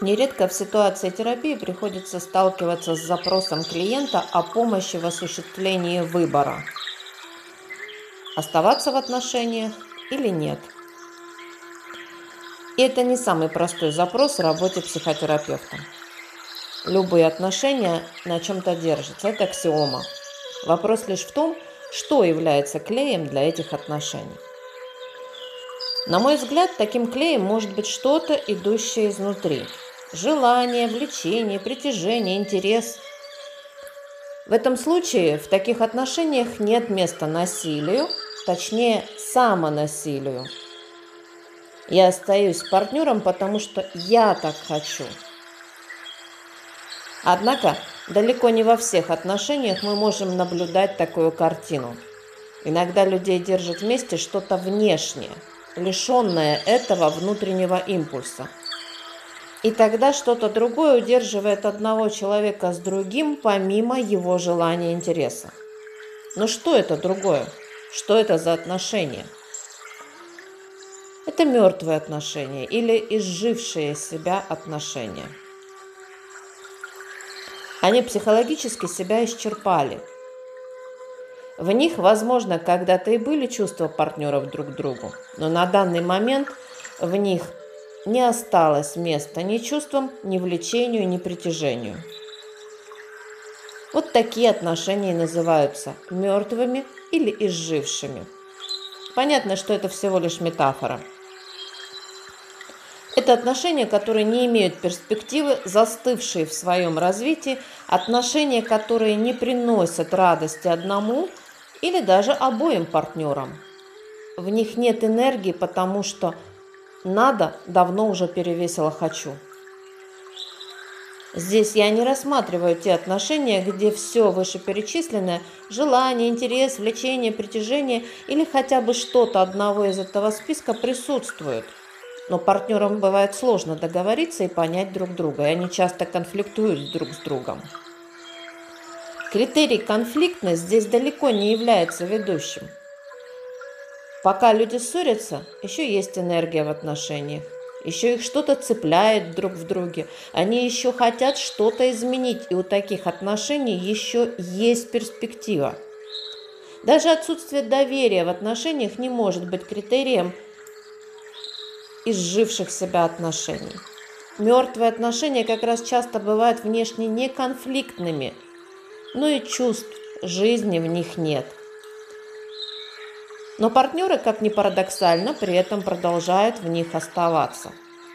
Нередко в ситуации терапии приходится сталкиваться с запросом клиента о помощи в осуществлении выбора – оставаться в отношениях или нет. И это не самый простой запрос в работе психотерапевта. Любые отношения на чем-то держатся, это аксиома. Вопрос лишь в том, что является клеем для этих отношений. На мой взгляд, таким клеем может быть что-то, идущее изнутри. Желание, влечение, притяжение, интерес. В этом случае в таких отношениях нет места насилию, точнее самонасилию. Я остаюсь с партнером, потому что я так хочу. Однако далеко не во всех отношениях мы можем наблюдать такую картину. Иногда людей держит вместе что-то внешнее, лишенное этого внутреннего импульса. И тогда что-то другое удерживает одного человека с другим, помимо его желания и интереса. Но что это другое? Что это за отношения? Это мертвые отношения или изжившие себя отношения. Они психологически себя исчерпали. В них, возможно, когда-то и были чувства партнеров друг к другу, но на данный момент в них не осталось места ни чувствам, ни влечению, ни притяжению. Вот такие отношения называются мертвыми или изжившими. Понятно, что это всего лишь метафора. Это отношения, которые не имеют перспективы, застывшие в своем развитии, отношения, которые не приносят радости одному или даже обоим партнерам. В них нет энергии, потому что «надо» давно уже перевесило «хочу». Здесь я не рассматриваю те отношения, где все вышеперечисленное – желание, интерес, влечение, притяжение или хотя бы что-то одного из этого списка присутствует. Но партнерам бывает сложно договориться и понять друг друга, и они часто конфликтуют друг с другом. Критерий конфликтность здесь далеко не является ведущим. Пока люди ссорятся, еще есть энергия в отношениях, еще их что-то цепляет друг в друге, они еще хотят что-то изменить, и у таких отношений еще есть перспектива. Даже отсутствие доверия в отношениях не может быть критерием изживших себя отношений. Мертвые отношения как раз часто бывают внешне не конфликтными, но и чувств жизни в них нет. Но партнеры, как ни парадоксально, при этом продолжают в них оставаться.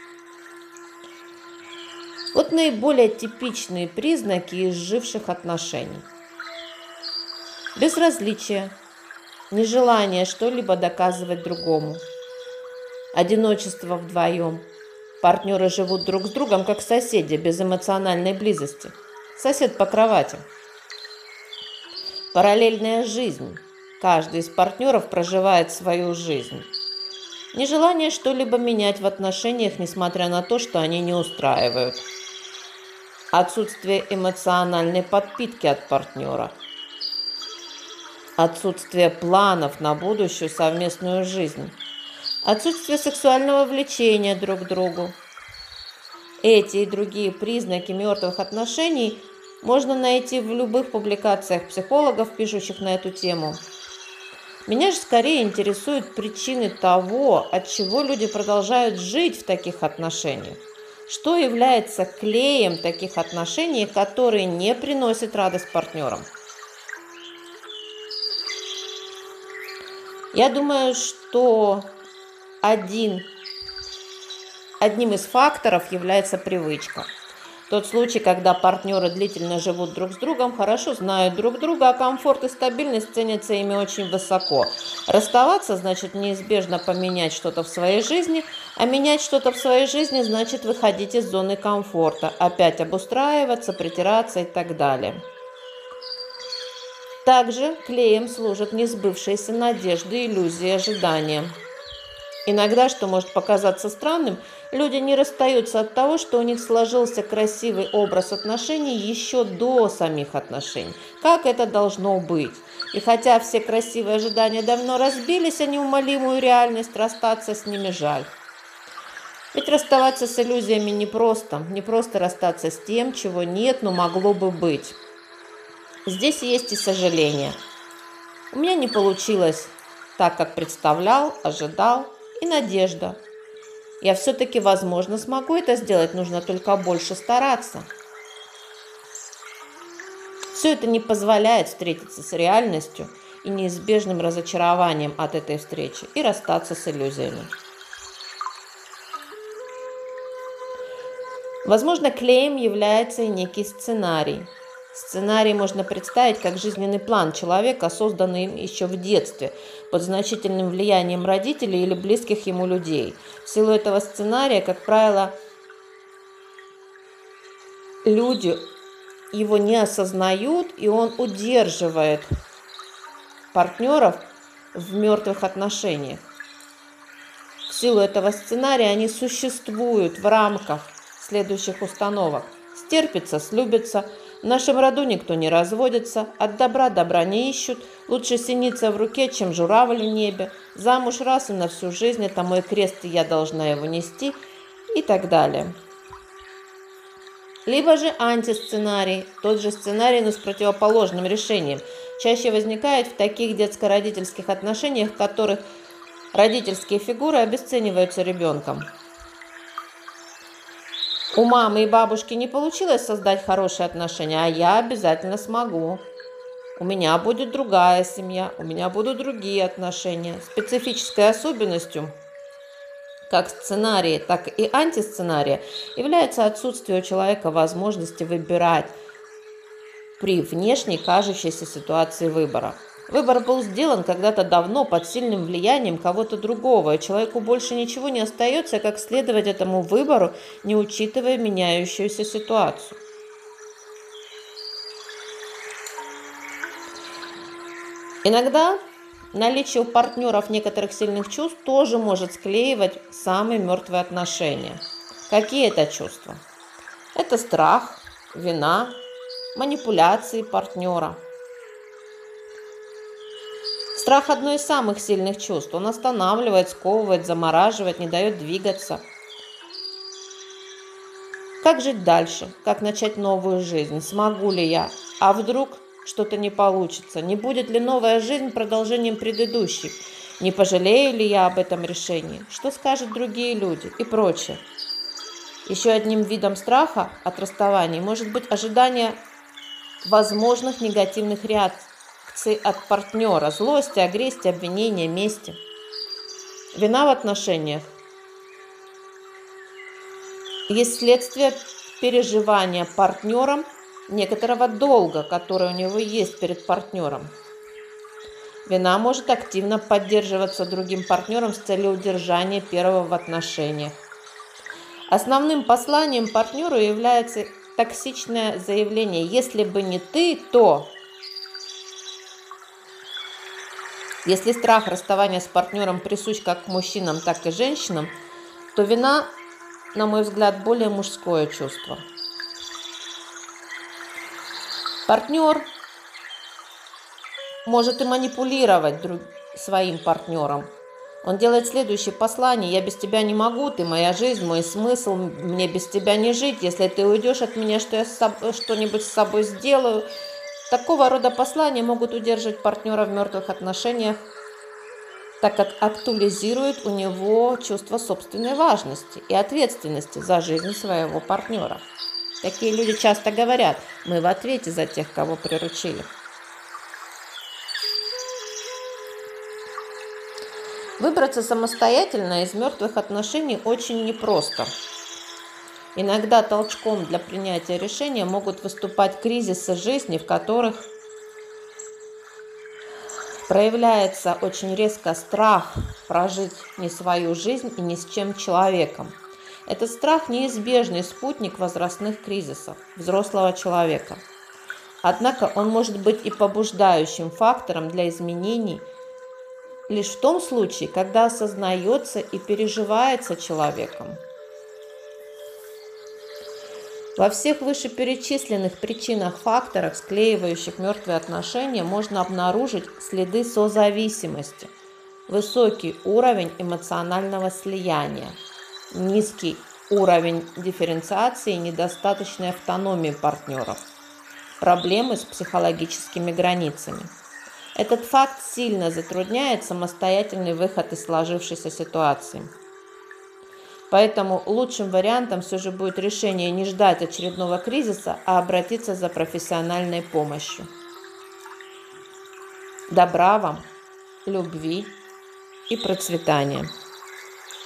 Вот наиболее типичные признаки изживших отношений. Безразличие, нежелание что-либо доказывать другому, одиночество вдвоем. Партнеры живут друг с другом, как соседи, без эмоциональной близости. Сосед по кровати. Параллельная жизнь. Каждый из партнеров проживает свою жизнь. Нежелание что-либо менять в отношениях, несмотря на то, что они не устраивают. Отсутствие эмоциональной подпитки от партнера. Отсутствие планов на будущую совместную жизнь. Отсутствие сексуального влечения друг к другу. Эти и другие признаки мертвых отношений можно найти в любых публикациях психологов, пишущих на эту тему. Меня же скорее интересуют причины того, от чего люди продолжают жить в таких отношениях. Что является клеем таких отношений, которые не приносят радость партнерам? Я думаю, что одним из факторов является привычка. Тот случай, когда партнеры длительно живут друг с другом, хорошо знают друг друга, а комфорт и стабильность ценятся ими очень высоко. Расставаться значит неизбежно поменять что-то в своей жизни, а менять что-то в своей жизни значит выходить из зоны комфорта, опять обустраиваться, притираться и так далее. Также клеем служат несбывшиеся надежды, иллюзии, ожидания. Иногда, что может показаться странным, люди не расстаются от того, что у них сложился красивый образ отношений еще до самих отношений. Как это должно быть? И хотя все красивые ожидания давно разбились, а неумолимую реальность расстаться с ними жаль. Ведь расставаться с иллюзиями непросто. Не просто расстаться с тем, чего нет, но могло бы быть. Здесь есть и сожаление. У меня не получилось так, как представлял, ожидал, и надежда. Я все-таки, возможно, смогу это сделать, нужно только больше стараться. Все это не позволяет встретиться с реальностью и неизбежным разочарованием от этой встречи и расстаться с иллюзиями. Возможно, клеем является и некий сценарий. Сценарий можно представить как жизненный план человека, созданный им еще в детстве, под значительным влиянием родителей или близких ему людей. В силу этого сценария, как правило, люди его не осознают, и он удерживает партнеров в мертвых отношениях. В силу этого сценария они существуют в рамках следующих установок. Стерпится, слюбится, в нашем роду никто не разводится, от добра добра не ищут, лучше синица в руке, чем журавль в небе, замуж раз и на всю жизнь, это мой крест, и я должна его нести, и так далее. Либо же антисценарий, тот же сценарий, но с противоположным решением, чаще возникает в таких детско-родительских отношениях, в которых родительские фигуры обесцениваются ребенком. У мамы и бабушки не получилось создать хорошие отношения, а я обязательно смогу. У меня будет другая семья, у меня будут другие отношения. Специфической особенностью как сценария, так и антисценария является отсутствие у человека возможности выбирать при внешней кажущейся ситуации выбора. Выбор был сделан когда-то давно под сильным влиянием кого-то другого, и человеку больше ничего не остается, как следовать этому выбору, не учитывая меняющуюся ситуацию. Иногда наличие у партнеров некоторых сильных чувств тоже может склеивать самые мертвые отношения. Какие это чувства? Это страх, вина, манипуляции партнера. Страх – одно из самых сильных чувств. Он останавливает, сковывает, замораживает, не дает двигаться. Как жить дальше? Как начать новую жизнь? Смогу ли я? А вдруг что-то не получится? Не будет ли новая жизнь продолжением предыдущей? Не пожалею ли я об этом решении? Что скажут другие люди? И прочее. Еще одним видом страха от расставаний может быть ожидание возможных негативных реакций от партнера, злости, агрессии, обвинения, мести. Вина в отношениях есть следствие переживания партнером некоторого долга, который у него есть перед партнером. Вина может активно поддерживаться другим партнером с целью удержания первого в отношениях. Основным посланием партнеру является токсичное заявление: «Если бы не ты, то…» Если страх расставания с партнером присущ как мужчинам, так и женщинам, то вина, на мой взгляд, более мужское чувство. Партнер может и манипулировать своим партнером. Он делает следующее послание: «Я без тебя не могу, ты моя жизнь, мой смысл, мне без тебя не жить, если ты уйдешь от меня, что я что-нибудь с собой сделаю». Такого рода послания могут удерживать партнера в мертвых отношениях, так как актуализируют у него чувство собственной важности и ответственности за жизнь своего партнера. Такие люди часто говорят: «Мы в ответе за тех, кого приручили». Выбраться самостоятельно из мертвых отношений очень непросто. Иногда толчком для принятия решения могут выступать кризисы жизни, в которых проявляется очень резко страх прожить не свою жизнь и ни с чем человеком. Этот страх – неизбежный спутник возрастных кризисов взрослого человека. Однако он может быть и побуждающим фактором для изменений лишь в том случае, когда осознается и переживается человеком. Во всех вышеперечисленных причинах-факторах, склеивающих мертвые отношения, можно обнаружить следы созависимости, высокий уровень эмоционального слияния. низкий уровень дифференциации и недостаточной автономии партнеров, проблемы с психологическими границами. Этот факт сильно затрудняет самостоятельный выход из сложившейся ситуации. Поэтому лучшим вариантом все же будет решение не ждать очередного кризиса, а обратиться за профессиональной помощью. Добра вам, любви и процветания.